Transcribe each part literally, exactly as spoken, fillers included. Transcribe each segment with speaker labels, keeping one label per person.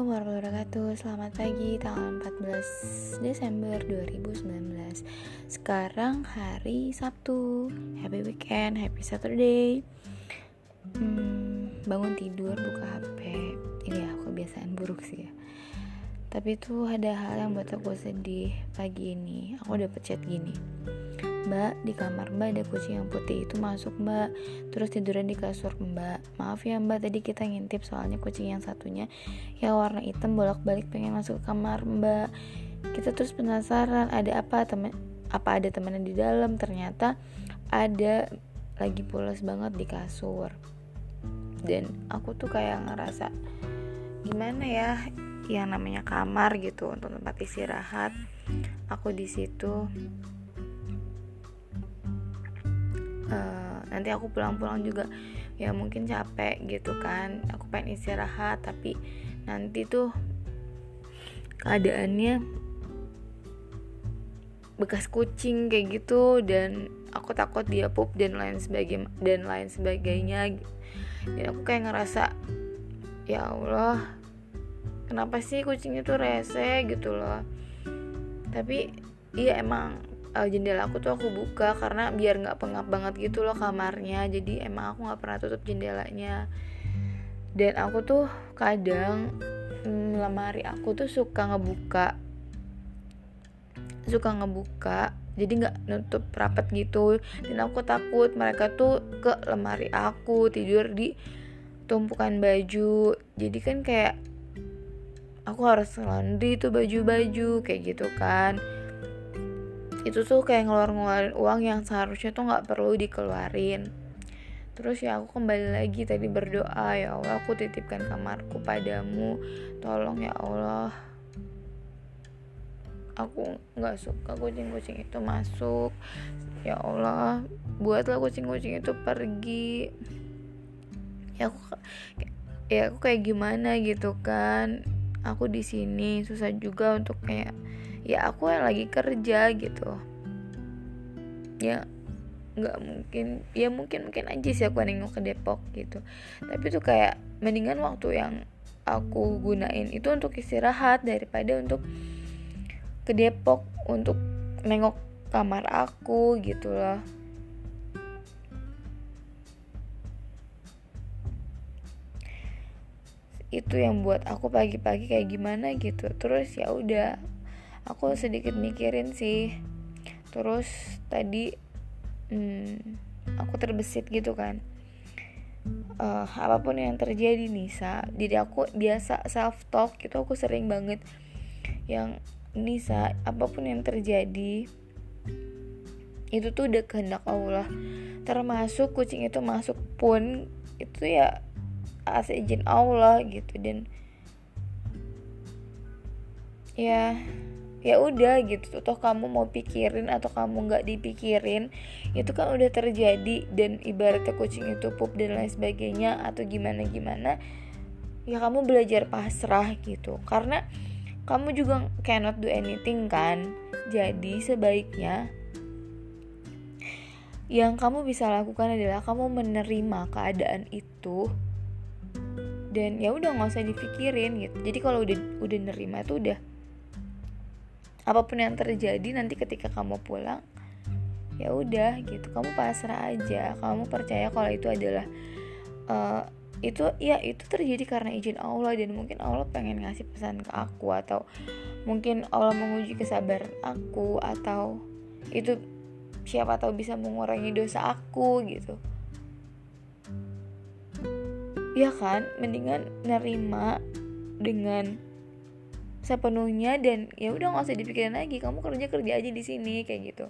Speaker 1: warahmatullahi wabarakatuh. Selamat pagi tanggal empat belas Desember dua ribu sembilan belas. Sekarang hari Sabtu. Happy weekend, happy Saturday. hmm, Bangun tidur, buka H P. Ini ya kebiasaan buruk sih ya. Tapi itu ada hal yang buat aku sedih. Pagi ini aku dapet chat gini, "Mbak, di kamar Mbak ada kucing yang putih itu masuk Mbak, terus tiduran di kasur Mbak. Maaf ya Mbak, tadi kita ngintip soalnya kucing yang satunya yang warna hitam bolak-balik pengen masuk ke kamar Mbak. Kita terus penasaran ada apa teman apa ada temannya di dalam. Ternyata ada lagi pulas banget di kasur." Dan aku tuh kayak ngerasa gimana ya, yang namanya kamar gitu untuk tempat istirahat. Aku di situ. Uh, nanti aku pulang-pulang juga ya mungkin capek gitu kan, aku pengen istirahat, tapi nanti tuh keadaannya bekas kucing kayak gitu, dan aku takut dia pup dan lain sebagainya dan lain sebagainya. Dan aku kayak ngerasa, ya Allah, kenapa sih kucing itu rese gitu loh. Tapi iya emang uh, jendela aku tuh aku buka karena biar nggak pengap banget gitu loh kamarnya. Jadi emang aku nggak pernah tutup jendelanya. Dan aku tuh kadang hmm, lemari aku tuh suka ngebuka suka ngebuka jadi nggak nutup rapat gitu. Dan aku takut mereka tuh ke lemari aku, tidur di tumpukan baju. Jadi kan kayak aku harus laundry tuh baju-baju kayak gitu kan. Itu tuh kayak ngeluar-ngeluarin uang yang seharusnya tuh gak perlu dikeluarin. Terus ya aku kembali lagi tadi berdoa, ya Allah, aku titipkan kamarku padamu, tolong ya Allah, aku gak suka kucing-kucing itu masuk. Ya Allah, buatlah kucing-kucing itu pergi. Ya aku ya aku kayak gimana gitu kan. Aku di sini susah juga untuk kayak, ya aku yang lagi kerja gitu. Ya nggak mungkin, ya mungkin mungkin aja sih aku nengok ke Depok gitu. Tapi tuh kayak mendingan waktu yang aku gunain itu untuk istirahat daripada untuk ke Depok untuk nengok kamar aku gitu loh. Itu yang buat aku pagi-pagi kayak gimana gitu. Terus ya udah, aku sedikit mikirin sih. Terus tadi hmm, aku terbesit gitu kan. Uh, apapun yang terjadi Nisa, diri aku biasa self talk gitu, aku sering banget yang Nisa, apapun yang terjadi itu tuh udah kehendak Allah. Termasuk kucing itu masuk pun itu ya atas izin Allah gitu. Dan ya ya udah gitu, toh kamu mau pikirin atau kamu nggak dipikirin itu kan udah terjadi. Dan ibaratnya kucing itu pup dan lain sebagainya atau gimana gimana, ya kamu belajar pasrah gitu, karena kamu juga cannot do anything kan. Jadi sebaiknya yang kamu bisa lakukan adalah kamu menerima keadaan itu. Dan ya udah nggak usah dipikirin gitu. Jadi kalau udah udah nerima itu udah, apapun yang terjadi nanti ketika kamu pulang, ya udah gitu, kamu pasrah aja. Kamu percaya kalau itu adalah uh, itu ya itu terjadi karena izin Allah. Dan mungkin Allah pengen ngasih pesan ke aku, atau mungkin Allah menguji kesabaran aku, atau itu siapa tahu bisa mengurangi dosa aku gitu. Ya kan, mendingan nerima dengan sepenuhnya. Dan ya udah nggak usah dipikirin lagi, kamu kerja kerja aja di sini kayak gitu.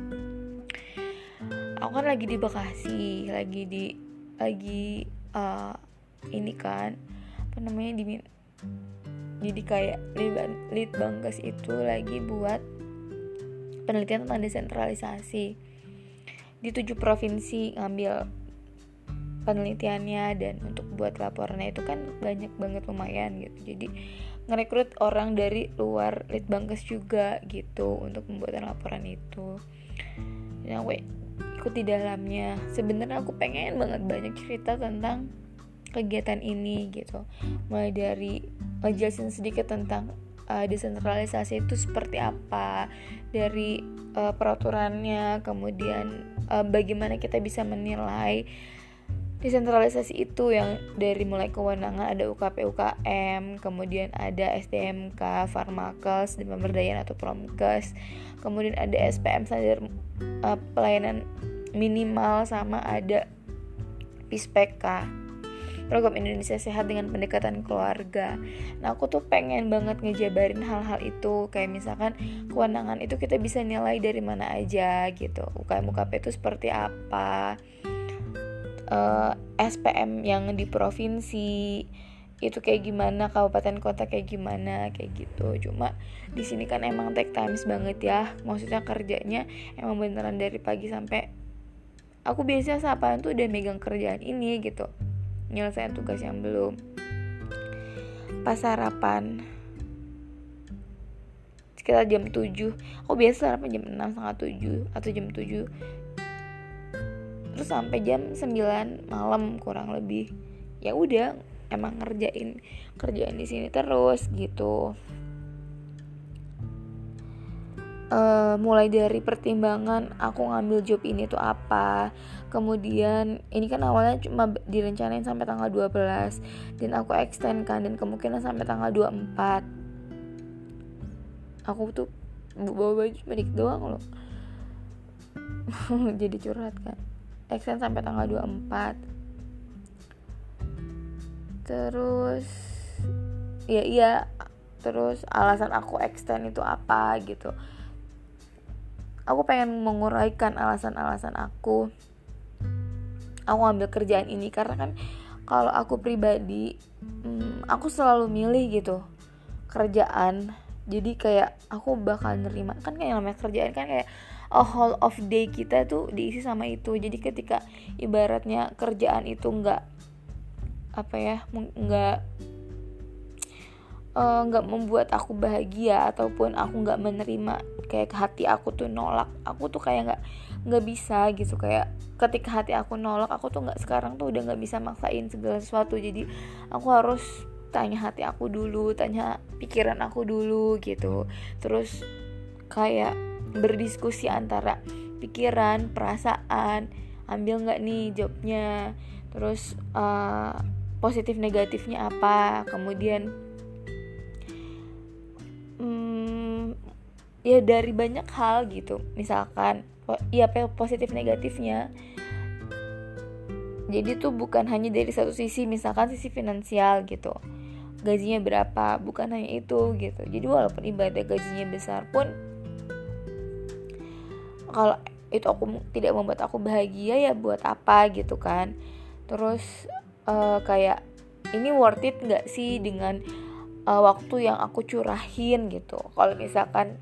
Speaker 1: Aku kan lagi di Bekasi, lagi di lagi uh, ini kan apa namanya di jadi kayak Litbangkes itu lagi buat penelitian tentang desentralisasi di tujuh provinsi, ngambil penelitiannya. Dan untuk buat laporannya itu kan banyak banget, lumayan gitu. Jadi ngerekrut orang dari luar Litbangkes juga gitu untuk pembuatan laporan itu. Dan aku ikut di dalamnya. Sebenarnya aku pengen banget banyak cerita tentang kegiatan ini gitu, mulai dari ngejelasin sedikit tentang uh, desentralisasi itu seperti apa, dari uh, peraturannya, kemudian uh, bagaimana kita bisa menilai desentralisasi itu, yang dari mulai kewenangan ada U K P U K M, kemudian ada S D M K, Farmakes, dan Pemberdayaan atau Promkes, kemudian ada S P M, standar uh, pelayanan minimal, sama ada P I S P K, Program Indonesia Sehat dengan Pendekatan Keluarga. Nah, aku tuh pengen banget ngejabarin hal-hal itu, kayak misalkan kewenangan itu kita bisa nilai dari mana aja gitu, U K M U K P itu seperti apa, Uh, S P M yang di provinsi itu kayak gimana, kabupaten kota kayak gimana, kayak gitu. Cuma di sini kan emang take times banget ya, maksudnya kerjanya emang beneran dari pagi sampai, aku biasa sapaan tuh udah megang kerjaan ini gitu, nyelesain tugas yang belum. Pas sarapan sekitar jam tujuh, aku biasa sarapan jam enam, setengah tujuh atau jam tujuh, terus sampai jam sembilan malam kurang lebih. Ya udah, emang ngerjain kerjaan di sini terus gitu. Uh, mulai dari pertimbangan aku ngambil job ini tuh apa. Kemudian ini kan awalnya cuma direncanain sampai tanggal dua belas, dan aku extend kan, dan kemungkinan sampai tanggal dua puluh empat. Aku tuh bawa baju cuma dikit doang loh. Jadi curhat kan. Extend sampai tanggal dua puluh empat. Terus ya iya, terus alasan aku extend itu apa gitu. Aku pengen menguraikan alasan-alasan aku Aku ambil kerjaan ini karena kan kalau aku pribadi, hmm, aku selalu milih gitu kerjaan. Jadi kayak aku bakal nerima, kan kayak namanya kerjaan kan kayak a whole of day kita tuh diisi sama itu. Jadi ketika ibaratnya kerjaan itu nggak apa ya nggak nggak uh, membuat aku bahagia, ataupun aku nggak menerima, kayak hati aku tuh nolak, aku tuh kayak nggak nggak bisa gitu. Kayak ketika hati aku nolak, aku tuh nggak sekarang tuh udah nggak bisa maksain segala sesuatu. Jadi aku harus tanya hati aku dulu, tanya pikiran aku dulu gitu. Terus kayak berdiskusi antara pikiran, perasaan, ambil nggak nih jobnya, terus uh, positif negatifnya apa, kemudian hmm, ya dari banyak hal gitu. Misalkan ya positif negatifnya, jadi tuh bukan hanya dari satu sisi, misalkan sisi finansial gitu, gajinya berapa, bukan hanya itu gitu. Jadi walaupun ibadah gajinya besar pun, kalau itu aku tidak membuat aku bahagia, ya buat apa gitu kan. Terus uh, kayak ini worth it gak sih dengan uh, waktu yang aku curahin gitu. Kalau misalkan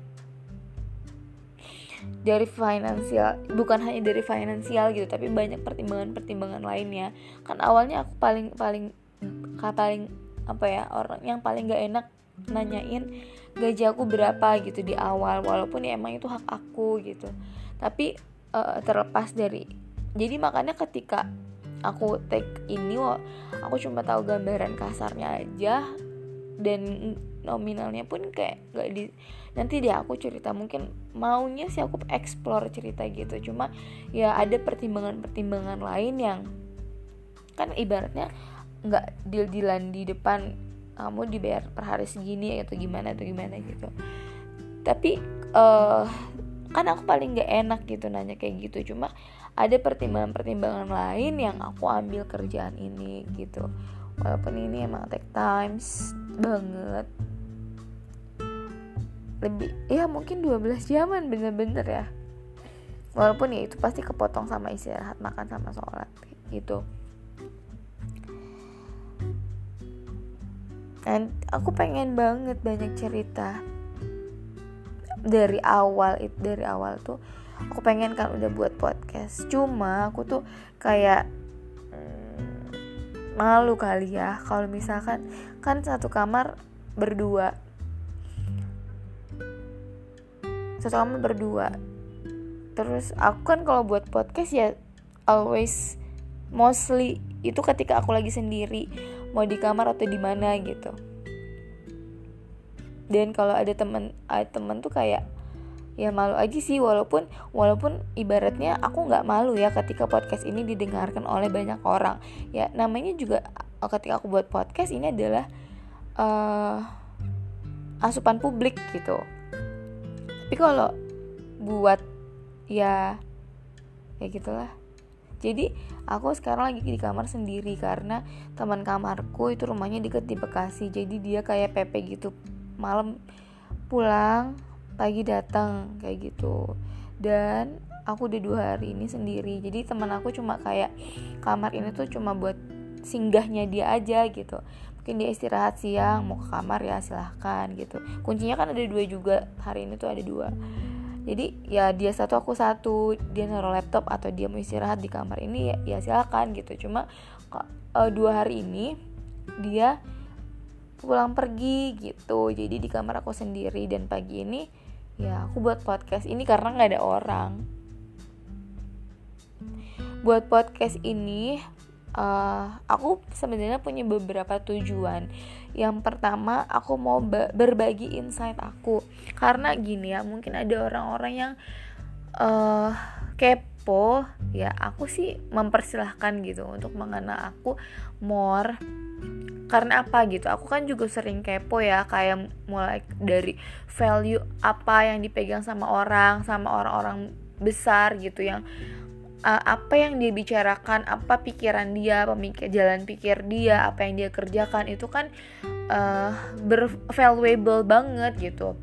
Speaker 1: dari finansial, bukan hanya dari finansial gitu, tapi banyak pertimbangan-pertimbangan lainnya. Kan awalnya aku paling paling paling apa ya, orang yang paling gak enak nanyain gaji aku berapa gitu di awal, walaupun ya emang itu hak aku gitu. Tapi uh, terlepas dari, jadi makanya ketika aku take ini, aku cuma tahu gambaran kasarnya aja, dan nominalnya pun kayak nggak di, nanti deh aku cerita, mungkin maunya sih aku explore cerita gitu. Cuma ya ada pertimbangan-pertimbangan lain yang kan ibaratnya nggak deal-dealan di depan, kamu dibayar per hari segini atau gimana atau gimana gitu. Tapi uh, kan aku paling nggak enak gitu nanya kayak gitu. Cuma ada pertimbangan-pertimbangan lain yang aku ambil kerjaan ini gitu. Walaupun ini emang take times banget, lebih ya mungkin dua belas jaman bener-bener ya. Walaupun ya itu pasti kepotong sama istirahat, makan sama sholat gitu. Dan aku pengen banget banyak cerita dari awal itu dari awal tuh aku pengen kan udah buat podcast. Cuma aku tuh kayak hmm, malu kali ya kalau misalkan kan satu kamar berdua satu kamar berdua terus aku kan kalau buat podcast ya always mostly itu ketika aku lagi sendiri, mau di kamar atau di mana gitu. Dan kalau ada teman ada teman tuh kayak ya malu aja sih, walaupun walaupun ibaratnya aku nggak malu ya ketika podcast ini didengarkan oleh banyak orang. Ya namanya juga ketika aku buat podcast ini adalah uh, asupan publik gitu. Tapi kalau buat ya ya gitulah. Jadi aku sekarang lagi di kamar sendiri karena teman kamarku itu rumahnya deket di Bekasi. Jadi dia kayak P P gitu, malam pulang pagi datang kayak gitu. Dan aku udah dua hari ini sendiri. Jadi teman aku cuma kayak kamar ini tuh cuma buat singgahnya dia aja gitu. Mungkin dia istirahat siang mau ke kamar ya silahkan gitu. Kuncinya kan ada dua juga, hari ini tuh ada dua. Jadi ya dia satu aku satu, dia naruh laptop atau dia mau istirahat di kamar ini ya, ya silahkan gitu. Cuma uh, dua hari ini dia pulang pergi gitu. Jadi di kamar aku sendiri dan pagi ini ya aku buat podcast ini karena gak ada orang. Buat podcast ini uh, aku sebenarnya punya beberapa tujuan. Yang pertama aku mau ba- berbagi insight aku. Karena gini ya, mungkin ada orang-orang yang uh, kepo. Ya aku sih mempersilahkan gitu untuk mengenal aku more. Karena apa gitu, aku kan juga sering kepo ya, kayak mulai dari value apa yang dipegang sama orang, sama orang-orang besar gitu, yang uh, apa yang dia bicarakan, apa pikiran dia, pemikir, jalan pikir dia, apa yang dia kerjakan itu kan uh, bervaluable banget gitu.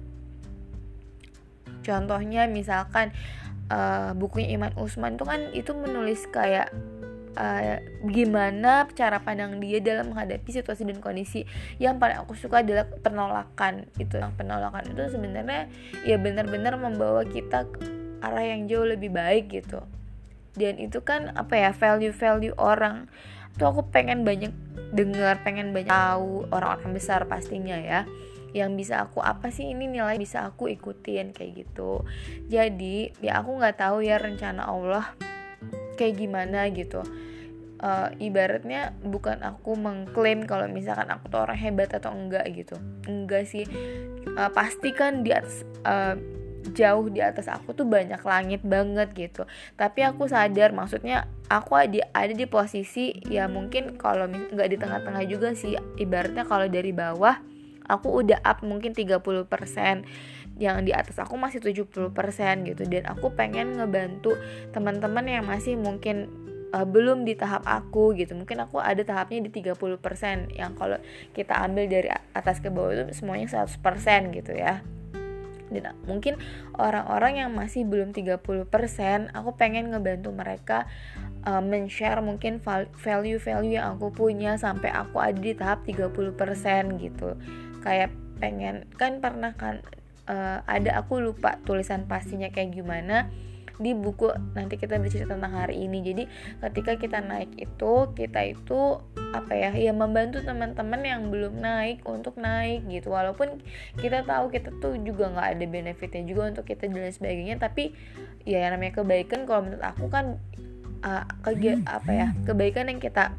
Speaker 1: Contohnya misalkan uh, bukunya Iman Usman itu kan itu menulis kayak Uh, gimana cara pandang dia dalam menghadapi situasi dan kondisi. Yang paling aku suka adalah penolakan. Itu yang penolakan itu sebenarnya ya benar-benar membawa kita ke arah yang jauh lebih baik gitu. Dan itu kan apa ya, value-value orang tuh aku pengen banyak dengar, pengen banyak tahu orang-orang besar pastinya ya, yang bisa aku apa sih ini nilai bisa aku ikutin kayak gitu. Jadi ya aku nggak tahu ya rencana Allah kayak gimana gitu. Uh, ibaratnya bukan aku mengklaim kalau misalkan aku tuh orang hebat atau enggak gitu. Enggak sih. Uh, pasti kan di atas uh, jauh di atas aku tuh banyak langit banget gitu. Tapi aku sadar, maksudnya aku ada ada di posisi ya mungkin kalau enggak di tengah-tengah juga sih. Ibaratnya kalau dari bawah aku udah up mungkin tiga puluh persen. Yang di atas aku masih tujuh puluh persen gitu. Dan aku pengen ngebantu teman-teman yang masih mungkin uh, belum di tahap aku gitu. Mungkin aku ada tahapnya di tiga puluh persen. Yang kalau kita ambil dari atas ke bawah itu semuanya seratus persen gitu ya. Dan mungkin orang-orang yang masih belum tiga puluh persen, aku pengen ngebantu mereka uh, men-share mungkin value-value yang aku punya sampai aku ada di tahap tiga puluh persen gitu. Kayak pengen, kan pernah kan Uh, ada aku lupa tulisan pastinya kayak gimana di buku Nanti Kita Bercerita Tentang Hari Ini. Jadi ketika kita naik itu, kita itu apa ya, ya membantu teman-teman yang belum naik untuk naik gitu. Walaupun kita tahu kita tuh juga nggak ada benefitnya juga untuk kita dan sebagainya, tapi ya yang namanya kebaikan kalau menurut aku kan uh, kege- apa ya kebaikan yang kita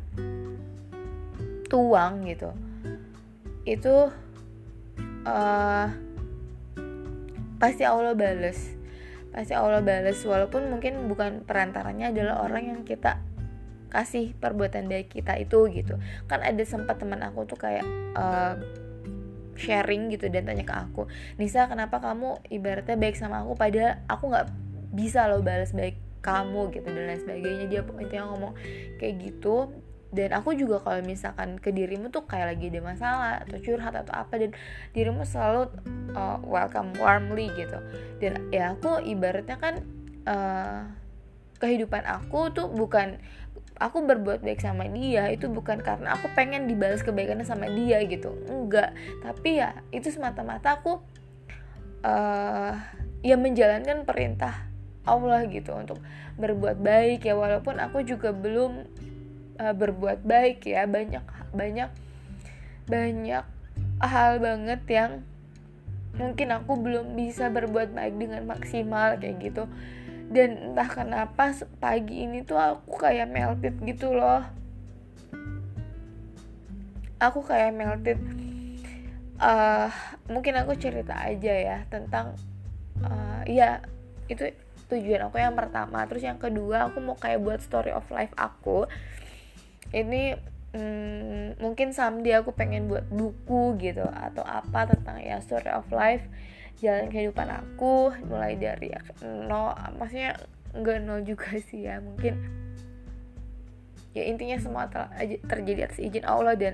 Speaker 1: tuang gitu itu uh, pasti Allah bales, pasti Allah bales walaupun mungkin bukan perantaranya adalah orang yang kita kasih perbuatan baik kita itu gitu. Kan ada sempat teman aku tuh kayak uh, sharing gitu dan tanya ke aku, Nisa kenapa kamu ibaratnya baik sama aku padahal aku nggak bisa loh balas baik kamu gitu dan lain sebagainya. Dia intinya ngomong kayak gitu. Dan aku juga kalau misalkan ke dirimu tuh kayak lagi ada masalah atau curhat atau apa, dan dirimu selalu uh, welcome warmly gitu. Dan ya aku ibaratnya kan uh, kehidupan aku tuh bukan aku berbuat baik sama dia itu bukan karena aku pengen dibalas kebaikannya sama dia gitu, enggak. Tapi ya itu semata-mata aku uh, ya menjalankan perintah Allah gitu untuk berbuat baik ya, walaupun aku juga belum berbuat baik ya, banyak banyak banyak hal banget yang mungkin aku belum bisa berbuat baik dengan maksimal kayak gitu. Dan entah kenapa pagi ini tuh aku kayak melted gitu loh, aku kayak melted uh, mungkin aku cerita aja ya tentang uh, ya itu tujuan aku yang pertama. Terus yang kedua, aku mau kayak buat story of life aku ini. Hmm, mungkin someday aku pengen buat buku gitu atau apa tentang ya story of life, jalan kehidupan aku mulai dari ya, nol, maksudnya enggak nol juga sih ya, mungkin ya intinya semua ter- terjadi atas izin Allah. Dan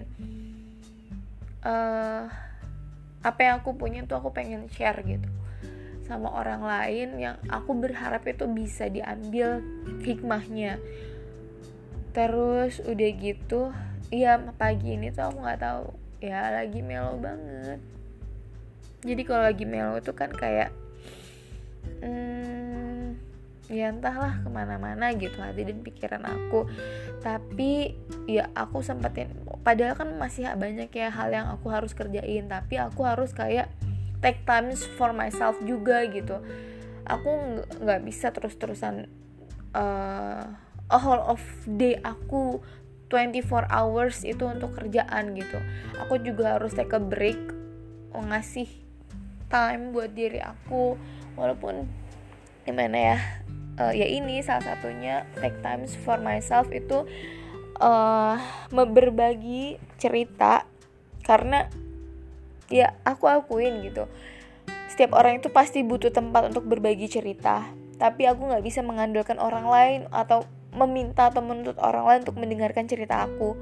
Speaker 1: uh, apa yang aku punya tuh aku pengen share gitu sama orang lain, yang aku berharap itu bisa diambil hikmahnya. Terus udah gitu, iya pagi ini tuh aku nggak tahu ya lagi melo banget. Jadi kalau lagi melo itu kan kayak hmm, ya entahlah kemana-mana gitu hati dan pikiran aku. Tapi ya aku sempetin, padahal kan masih banyak ya hal yang aku harus kerjain, tapi aku harus kayak take times for myself juga gitu. Aku nggak bisa terus-terusan uh, a whole of day aku twenty-four hours itu untuk kerjaan gitu. Aku juga harus take a break, ngasih time buat diri aku, walaupun gimana ya, uh, ya ini salah satunya take times for myself itu uh, berbagi cerita. Karena ya aku akuin gitu, setiap orang itu pasti butuh tempat untuk berbagi cerita, tapi aku gak bisa mengandalkan orang lain atau meminta atau menuntut orang lain untuk mendengarkan cerita aku.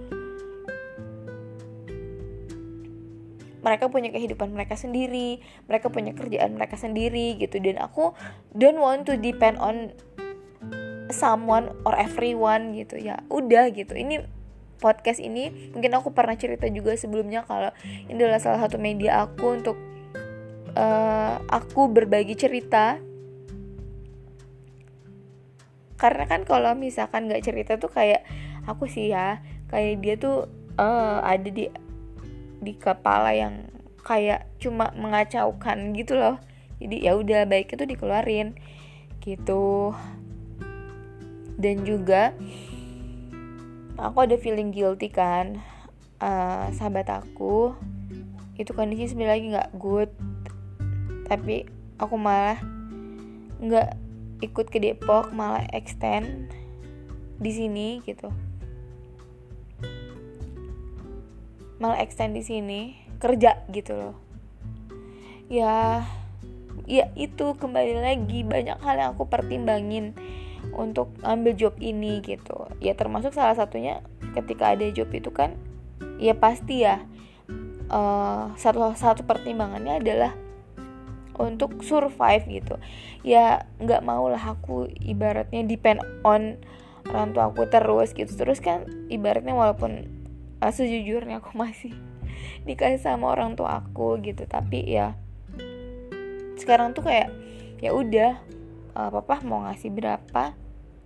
Speaker 1: Mereka punya kehidupan mereka sendiri, mereka punya kerjaan mereka sendiri gitu, dan aku don't want to depend on someone or everyone gitu. Ya udah gitu, ini podcast ini mungkin aku pernah cerita juga sebelumnya kalau ini adalah salah satu media aku untuk uh, aku berbagi cerita. Karena kan kalau misalkan gak cerita tuh kayak aku sih ya, kayak dia tuh uh, ada di di kepala yang kayak cuma mengacaukan gitu loh. Jadi ya udah baik itu dikeluarin gitu. Dan juga aku ada feeling guilty kan, uh, sahabat aku itu kondisi sebenarnya lagi nggak good, tapi aku malah nggak ikut ke Depok, malah extend di sini gitu, malah extend di sini kerja gitu loh. Ya, ya itu kembali lagi banyak hal yang aku pertimbangin untuk ambil job ini gitu. Ya termasuk salah satunya ketika ada job itu kan, ya pasti ya uh, satu satu pertimbangannya adalah untuk survive gitu. Ya nggak mau lah aku ibaratnya depend on orang tua aku terus gitu. Terus kan ibaratnya walaupun uh, sejujurnya aku masih dikasih sama orang tua aku gitu, tapi ya sekarang tuh kayak ya udah, uh, papa mau ngasih berapa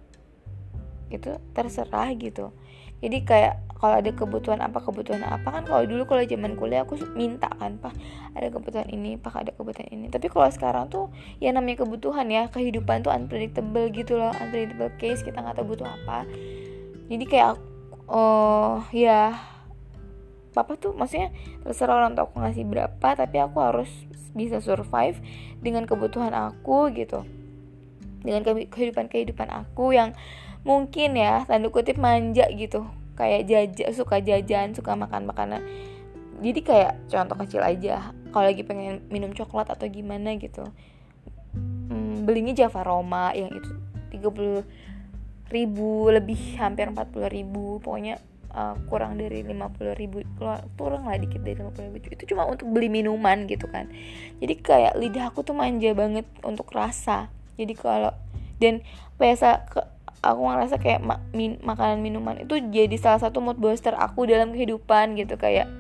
Speaker 1: itu terserah gitu. Jadi kayak kalau ada kebutuhan apa kebutuhan apa kan, kalau dulu kalau zaman kuliah aku minta kan, pak ada kebutuhan ini, pak ada kebutuhan ini. Tapi kalau sekarang tuh ya namanya kebutuhan ya, kehidupan tuh unpredictable gitu loh, unpredictable case, kita nggak tahu butuh apa. Jadi kayak oh ya papa tuh maksudnya terserah orang tua aku ngasih berapa, tapi aku harus bisa survive dengan kebutuhan aku gitu, dengan kehidupan-kehidupan aku yang mungkin ya tanda kutip manja gitu, kayak jajan, suka jajan, suka makan makanan. Jadi kayak contoh kecil aja, kalau lagi pengen minum coklat atau gimana gitu, hmm, belinya Java Roma yang itu tiga puluh ribu lebih, hampir empat puluh ribu, pokoknya uh, kurang dari lima puluh ribu, kurang lah dikit dari lima puluh ribu, itu cuma untuk beli minuman gitu kan. Jadi kayak lidah aku tuh manja banget untuk rasa. Jadi kalau dan biasa ke aku ngerasa kayak ma- min- makanan minuman itu jadi salah satu mood booster aku dalam kehidupan gitu. Kayak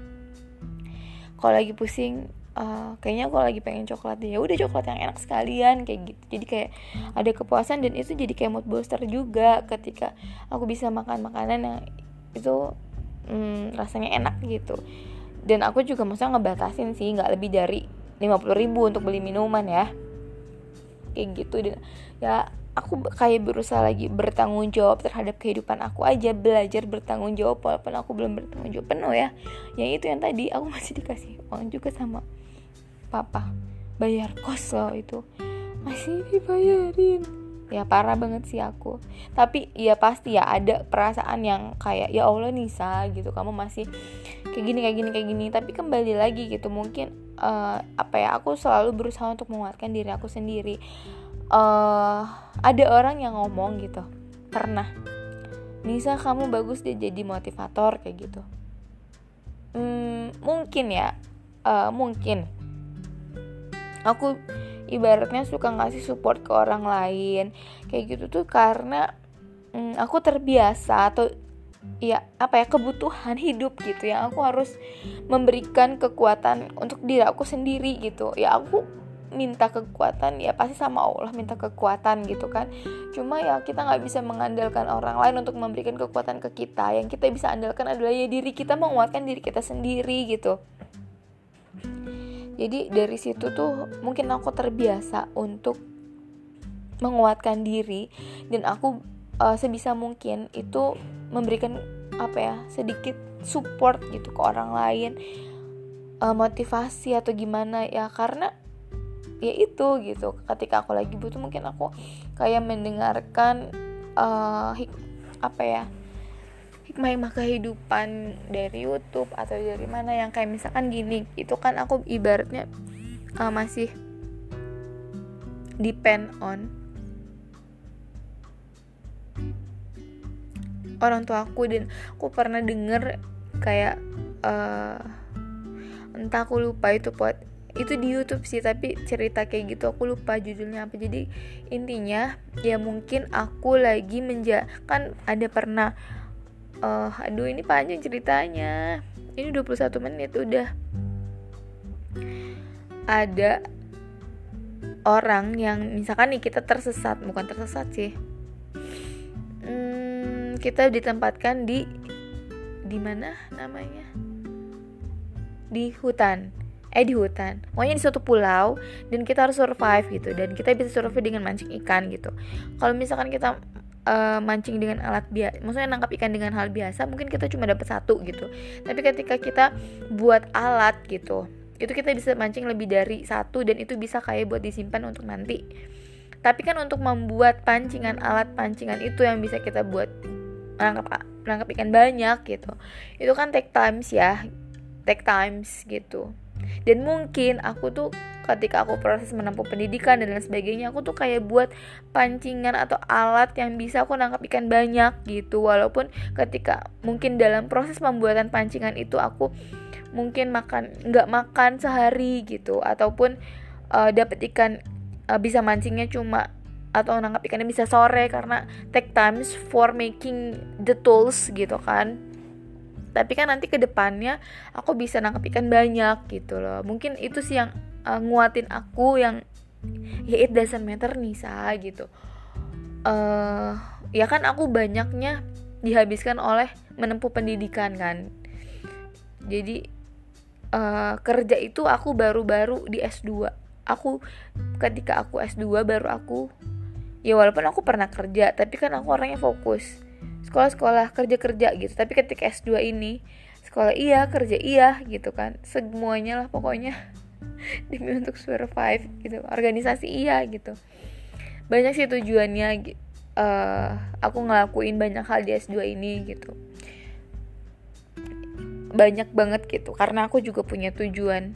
Speaker 1: kalau lagi pusing, uh, kayaknya aku lagi pengen coklat, ya udah coklat yang enak sekalian kayak gitu. Jadi kayak ada kepuasan, dan itu jadi kayak mood booster juga ketika aku bisa makan makanan yang itu hmm, rasanya enak gitu. Dan aku juga maksudnya ngebatasin sih, nggak lebih dari lima puluh ribu untuk beli minuman ya, kayak gitu. Dan ya aku kayak berusaha lagi bertanggung jawab terhadap kehidupan aku aja, belajar bertanggung jawab walaupun aku belum bertanggung jawab penuh ya. Yang itu yang tadi aku masih dikasih uang juga sama papa, bayar kos loh itu masih dibayarin. Ya parah banget sih aku. Tapi ya pasti ya ada perasaan yang kayak ya Allah Nisa gitu, kamu masih kayak gini kayak gini kayak gini. Tapi kembali lagi gitu, mungkin uh, apa ya, aku selalu berusaha untuk menguatkan diri aku sendiri. Uh, ada orang yang ngomong gitu, pernah, Nisa kamu bagus deh jadi motivator kayak gitu. Hmm, mungkin ya, uh, mungkin aku ibaratnya suka ngasih support ke orang lain kayak gitu tuh karena hmm, aku terbiasa atau ya apa ya, kebutuhan hidup gitu yang aku harus memberikan kekuatan untuk diri aku sendiri gitu. Ya aku minta kekuatan ya pasti sama Allah minta kekuatan gitu kan. Cuma ya kita nggak bisa mengandalkan orang lain untuk memberikan kekuatan ke kita. Yang kita bisa andalkan adalah ya diri kita, menguatkan diri kita sendiri gitu. Jadi dari situ tuh mungkin aku terbiasa untuk menguatkan diri, dan aku uh, sebisa mungkin itu memberikan apa ya, sedikit support gitu ke orang lain, uh, motivasi atau gimana ya, karena ya itu gitu, ketika aku lagi butuh mungkin aku kayak mendengarkan uh, hik- apa ya hikmah-hikmah kehidupan dari YouTube atau dari mana yang kayak misalkan gini, itu kan aku ibaratnya uh, masih depend on orang tua aku. Dan aku pernah denger kayak uh, entah aku lupa itu buat itu di YouTube sih, tapi cerita kayak gitu aku lupa judulnya apa. Jadi intinya ya mungkin aku lagi menja kan ada pernah uh, aduh ini panjang ceritanya, ini dua puluh satu menit udah. Ada orang yang misalkan nih kita tersesat, bukan tersesat sih, hmm, kita ditempatkan di di mana namanya di hutan eh di hutan, pokoknya di suatu pulau, dan kita harus survive gitu, dan kita bisa survive dengan mancing ikan gitu. Kalau misalkan kita uh, mancing dengan alat biasa, maksudnya nangkap ikan dengan hal biasa, mungkin kita cuma dapat satu gitu. Tapi ketika kita buat alat gitu, itu kita bisa mancing lebih dari satu, dan itu bisa kayak buat disimpan untuk nanti. Tapi kan untuk membuat pancingan, alat pancingan itu yang bisa kita buat menangkap menangkap ikan banyak gitu, itu kan take times ya, take times gitu. Dan mungkin aku tuh ketika aku proses menempuh pendidikan dan lain sebagainya, aku tuh kayak buat pancingan atau alat yang bisa aku nangkap ikan banyak gitu. Walaupun ketika mungkin dalam proses pembuatan pancingan itu aku mungkin makan nggak makan sehari gitu, ataupun uh, dapat ikan uh, bisa mancingnya cuma atau nangkap ikannya bisa sore karena take times for making the tools gitu kan. Tapi kan nanti ke depannya aku bisa nangkap ikan banyak gitu loh. Mungkin itu sih yang uh, nguatin aku, yang ya it doesn't matter Nisa gitu. Uh, ya kan aku banyaknya dihabiskan oleh menempuh pendidikan kan. Jadi uh, kerja itu aku baru-baru di S dua. Aku ketika aku S dua baru aku, ya walaupun aku pernah kerja, tapi kan aku orangnya fokus. Sekolah-sekolah, kerja-kerja gitu. Tapi ketika S dua ini, sekolah iya, kerja iya gitu kan. Semuanya lah pokoknya demi untuk survive gitu. Organisasi iya gitu. Banyak sih tujuannya uh, aku ngelakuin banyak hal di S dua ini gitu. Banyak banget gitu, karena aku juga punya tujuan.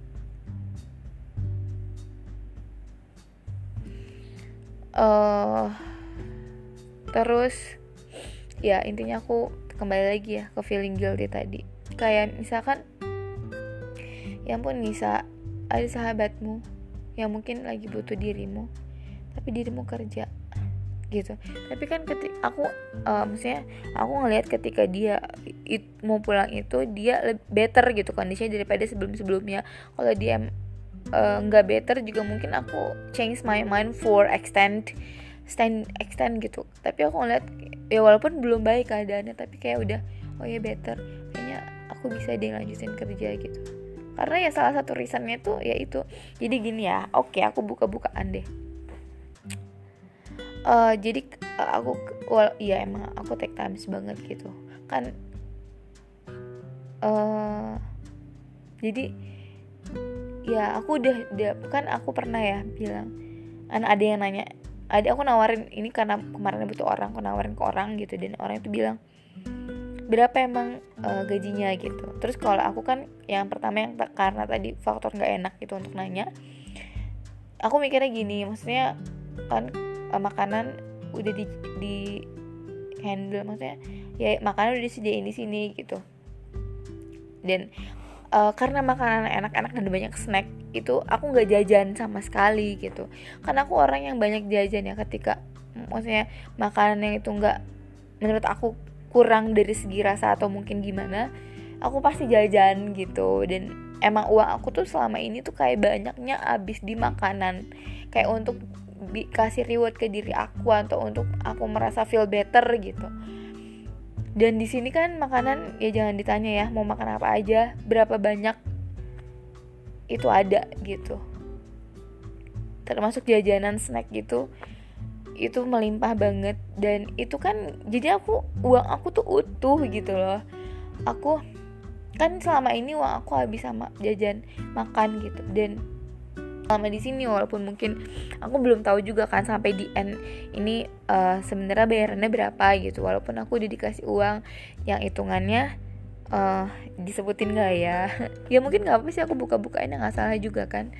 Speaker 1: Uh, terus ya intinya aku kembali lagi ya ke feeling guilty tadi. Kayak misalkan, ya ampun Nisa, ada sahabatmu yang mungkin lagi butuh dirimu, tapi dirimu kerja gitu. Tapi kan ketika aku uh, maksudnya aku ngelihat ketika dia it, mau pulang itu dia lebih better gitu kondisinya daripada sebelum-sebelumnya. Kalau dia nggak uh, better juga mungkin aku change my mind for extend stand extend gitu. Tapi aku ngeliat ya walaupun belum baik keadaannya, tapi kayak udah oh ya better, kayaknya aku bisa deh lanjutin kerja gitu. Karena ya salah satu reasonnya tuh ya itu. Jadi gini ya, oke okay, aku buka-bukaan deh. uh, jadi uh, aku well, iya emang aku take times banget gitu kan. uh, jadi ya aku udah, udah kan aku pernah ya bilang, anak ada yang nanya, ada aku nawarin ini karena kemarin butuh orang, aku nawarin ke orang gitu, dan orang itu bilang berapa emang uh, gajinya gitu. Terus kalau aku kan yang pertama yang karena tadi faktor nggak enak gitu untuk nanya, aku mikirnya gini, maksudnya kan uh, makanan udah di, di handle, maksudnya ya makanan udah disediain di sini gitu, dan Uh, karena makanan enak-enak dan banyak snack itu aku nggak jajan sama sekali gitu. Karena aku orang yang banyak jajan ya, ketika maksudnya makanan yang itu nggak, menurut aku kurang dari segi rasa atau mungkin gimana, aku pasti jajan gitu. Dan emang uang aku tuh selama ini tuh kayak banyaknya habis di makanan, kayak untuk bi- kasih reward ke diri aku atau untuk aku merasa feel better gitu. Dan di sini kan makanan ya jangan ditanya ya, mau makan apa aja, berapa banyak itu ada gitu. Termasuk jajanan snack gitu, itu melimpah banget. Dan itu kan jadi aku, uang aku tuh utuh gitu loh. Aku kan selama ini uang aku habis sama jajan makan gitu. Dan selama di sini walaupun mungkin aku belum tahu juga kan sampai di end ini uh, sebenarnya bayarannya berapa gitu, walaupun aku udah dikasih uang yang hitungannya uh, disebutin nggak ya ya mungkin nggak apa sih aku buka-bukain, nggak salah juga kan.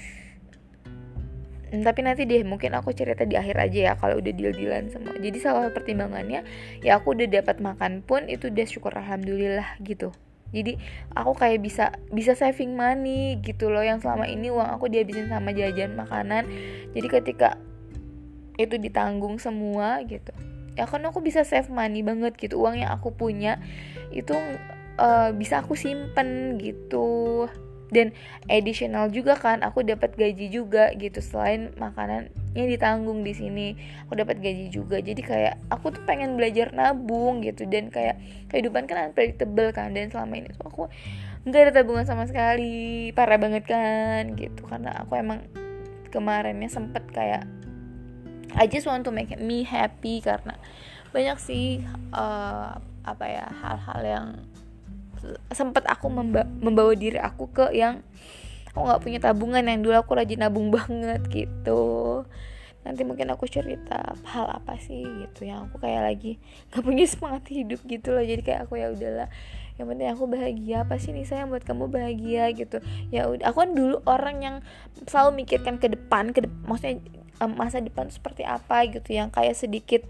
Speaker 1: Hmm, tapi nanti deh mungkin aku cerita di akhir aja ya kalau udah deal-dealan semua. Jadi salah pertimbangannya ya aku udah dapat makan pun itu udah syukur alhamdulillah gitu. Jadi aku kayak bisa bisa saving money gitu loh, yang selama ini uang aku dihabisin sama jajan makanan. Jadi ketika itu ditanggung semua gitu, ya kan aku bisa save money banget gitu. Uang yang aku punya itu uh, bisa aku simpen gitu. Dan additional juga kan aku dapat gaji juga gitu, selain makanannya ditanggung di sini aku dapat gaji juga. Jadi kayak aku tuh pengen belajar nabung gitu, dan kayak kehidupan kan unpredictable kan, dan selama ini tuh aku nggak ada tabungan sama sekali, parah banget kan gitu. Karena aku emang kemarinnya sempet kayak I just want to make me happy, karena banyak sih uh, apa ya hal-hal yang sempat aku memba- membawa diri aku ke yang aku nggak punya tabungan, yang dulu aku rajin nabung banget gitu. Nanti mungkin aku cerita hal apa sih gitu yang aku kayak lagi nggak punya semangat hidup gitu loh. Jadi kayak aku ya udahlah, yang penting aku bahagia. Apa sih nih sayang buat kamu bahagia gitu. Ya udah, aku kan dulu orang yang selalu mikirkan ke depan, ke de- maksudnya um, masa depan seperti apa gitu, yang kayak sedikit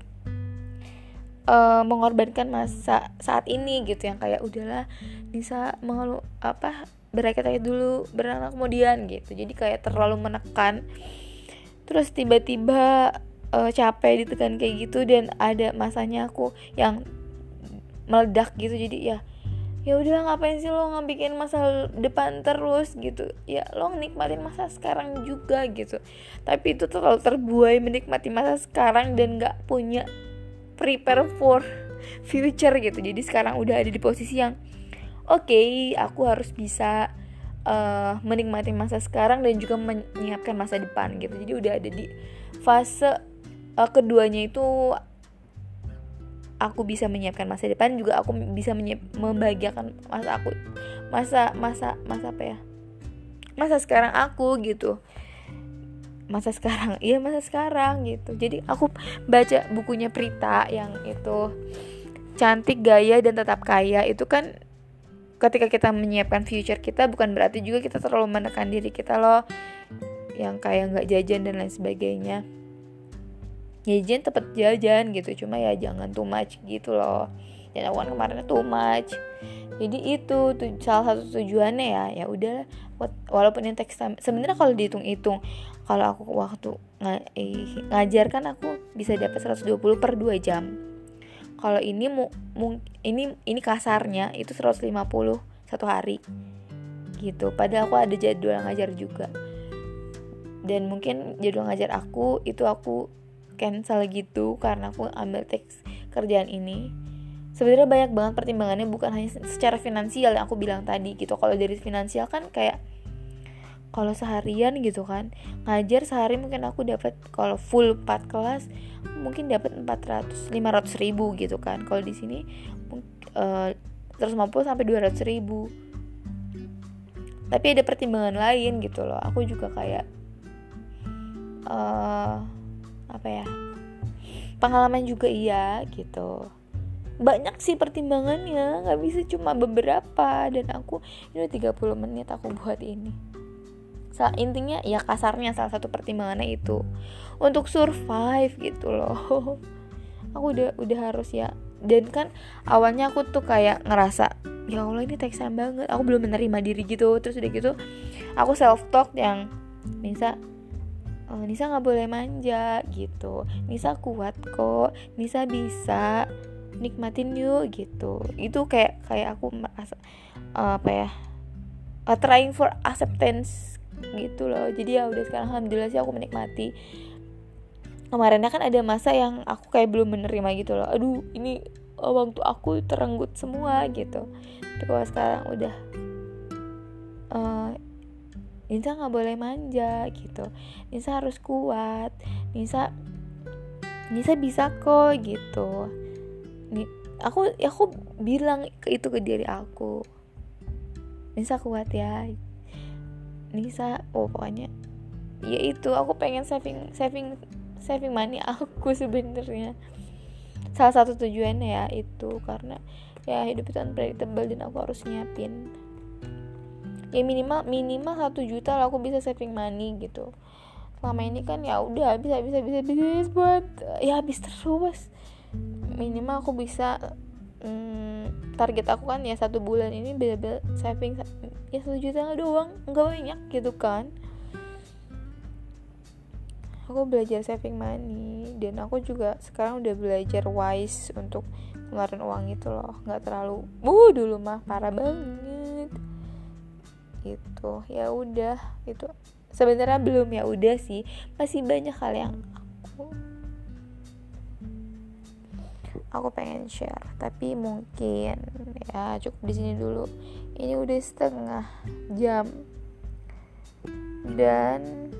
Speaker 1: Uh, mengorbankan masa saat ini gitu, yang kayak udahlah bisa mengeluh apa berakhir aja dulu beranak kemudian gitu. Jadi kayak terlalu menekan, terus tiba-tiba uh, capek ditekan kayak gitu, dan ada masanya aku yang meledak gitu. Jadi ya ya udahlah, ngapain sih lo ngebikin masa depan terus gitu, ya lo nikmatin masa sekarang juga gitu. Tapi itu terlalu terbuai menikmati masa sekarang dan nggak punya prepare for future gitu. Jadi sekarang udah ada di posisi yang oke, okay, aku harus bisa uh, menikmati masa sekarang dan juga menyiapkan masa depan gitu. Jadi udah ada di fase uh, keduanya itu, aku bisa menyiapkan masa depan, juga aku bisa menyiap, membahagiakan masa aku masa masa masa apa ya masa sekarang aku gitu. Masa sekarang, iya masa sekarang gitu. Jadi aku baca bukunya Prita yang itu Cantik, Gaya, dan Tetap Kaya. Itu kan ketika kita menyiapkan future kita, bukan berarti juga kita terlalu menekan diri kita loh, yang kayak gak jajan dan lain sebagainya. Jajan tetap jajan gitu, cuma ya jangan too much gitu loh. Dan aku kan kemarin too much. Jadi itu tuh salah satu tujuannya ya. Ya udah, walaupun yang teks time sebenarnya kalau dihitung-hitung, kalau aku waktu ng- eh, ngajar kan aku bisa dapat seratus dua puluh per dua jam. Kalau ini mu, mu, ini ini kasarnya itu seratus lima puluh satu hari gitu. Padahal aku ada jadwal ngajar juga. Dan mungkin jadwal ngajar aku itu aku cancel gitu karena aku ambil teks kerjaan ini. Sebenarnya banyak banget pertimbangannya, bukan hanya secara finansial yang aku bilang tadi gitu. Kalau dari finansial kan kayak kalau seharian gitu kan, ngajar sehari mungkin aku dapat, kalau full empat kelas mungkin dapat empat ratus lima ratus ribu gitu kan. Kalau di sini uh, seratus lima puluh sampai dua ratus ribu. Tapi ada pertimbangan lain gitu loh. Aku juga kayak uh, apa ya, pengalaman juga iya gitu. Banyak sih pertimbangannya, nggak bisa cuma beberapa. Dan aku ini tiga puluh menit aku buat ini. So, intinya ya kasarnya salah satu pertimbangannya itu untuk survive gitu loh. Aku udah udah harus ya. Dan kan awalnya aku tuh kayak ngerasa ya Allah ini teksan banget, aku belum menerima diri gitu. Terus udah gitu aku self talk yang Nisa oh, Nisa nggak boleh manja gitu, Nisa kuat kok, Nisa bisa, nikmatin yuk gitu. Itu kayak kayak aku merasa uh, apa ya uh, trying for acceptance gitu loh. Jadi ya udah sekarang alhamdulillah sih aku menikmati. Kemarinnya kan ada masa yang aku kayak belum menerima gitu loh, aduh ini waktu aku terenggut semua gitu. Tapi kalau sekarang udah uh, Nisa nggak boleh manja gitu, Nisa harus kuat, Nisa Nisa bisa kok gitu. Nih, aku aku bilang ke itu ke diri aku, Nisa kuat ya, Nisa oh pokoknya ya itu aku pengen saving saving saving money aku sebenarnya. Salah satu tujuannya ya itu karena ya hidup itu unpredictable dan aku harus nyiapin ya minimal minimal satu juta lah aku bisa saving money gitu. Selama ini kan ya udah bisa bisa bisa bisa buat ya habis terus. Minimal aku bisa hmm, target aku kan ya satu bulan ini bener-bener saving ya satu juta doang, nggak banyak gitu kan. Aku belajar saving money dan aku juga sekarang udah belajar wise untuk ngeluarin uang itu loh, nggak terlalu uh dulu mah parah banget gitu. Ya udah itu sebenarnya belum ya udah sih, masih banyak hal yang aku aku pengen share, tapi mungkin ya cukup di sini dulu. Ini udah setengah jam dan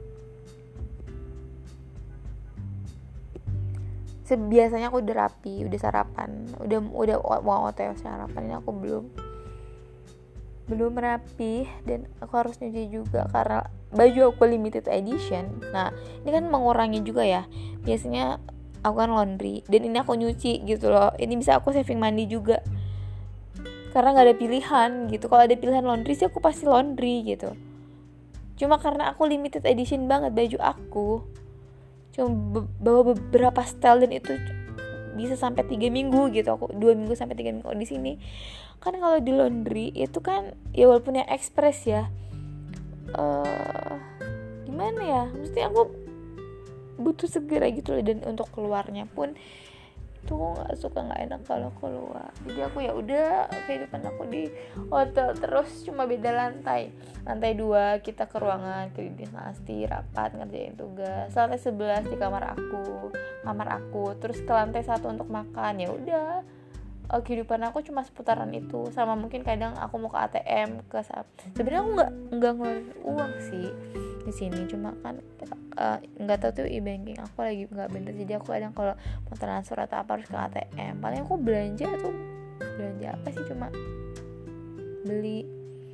Speaker 1: biasanya aku udah rapi, udah sarapan, udah udah mau O T W sarapan. Ini aku belum belum rapi dan aku harus nyuci juga karena baju aku limited edition. Nah ini kan mengurangi juga ya, biasanya aku kan laundry dan ini aku nyuci gitu loh. Ini bisa aku saving money juga karena nggak ada pilihan gitu. Kalau ada pilihan laundry sih aku pasti laundry gitu, cuma karena aku limited edition banget baju aku, cuma be- bawa beberapa style dan itu bisa sampai tiga minggu gitu. Aku dua minggu sampai tiga minggu di sini. Kan kalau di laundry itu kan ya walaupun yang express ya uh, gimana ya, mesti aku butuh segera gitu loh. Dan untuk keluarnya pun tuh nggak suka, nggak enak kalau keluar. Jadi aku ya udah kehidupan aku di hotel terus, cuma beda lantai. Lantai dua kita ke ruangan ke dinasti rapat ngerjain tugas. Lantai sebelas di kamar aku, kamar aku. Terus ke lantai satu untuk makan. Ya udah, oh, kehidupan aku cuma seputaran itu. Sama mungkin kadang aku mau ke A T M ke sebenarnya aku nggak nggak ngeluarin uang sih di sini, cuma kan nggak uh, tahu tuh e-banking aku lagi nggak bener. Jadi aku kadang kalau mau transfer atau apa harus ke A T M. Paling aku belanja tuh belanja apa sih, cuma beli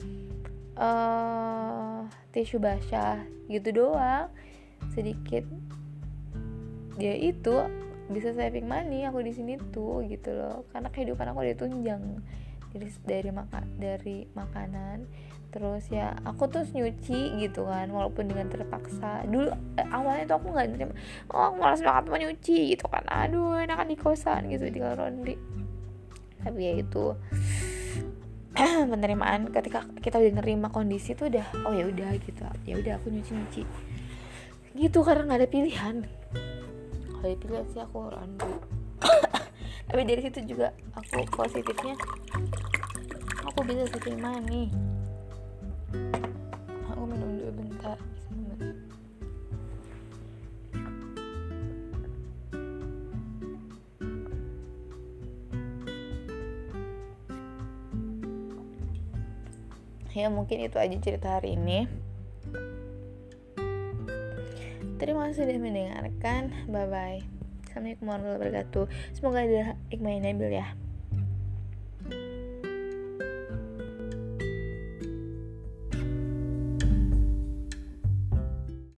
Speaker 1: uh, tisu basah gitu doang sedikit. Ya itu bisa saving money aku di sini tuh gitu loh, karena kehidupan aku ditunjang dari dari maka dari makanan. Terus ya aku tuh nyuci gitu kan, walaupun dengan terpaksa. Dulu eh, awalnya tuh aku nggak nerima, oh aku malas banget mau nyuci gitu kan, aduh enakan di kosan gitu di laundry. Tapi ya itu penerimaan ketika kita udah nerima kondisi tuh udah oh ya udah gitu, ya udah aku nyuci nyuci gitu karena nggak ada pilihan. Kalau ada pilihan sih aku laundry. Tapi dari situ juga aku positifnya aku bisa saving money. Aku minum dulu bentar. Ya mungkin itu aja cerita hari ini. Terima kasih sudah mendengarkan. Bye bye. Assalamualaikum warahmatullahi wabarakatuh. Semoga ada hikmah yang nabil ya.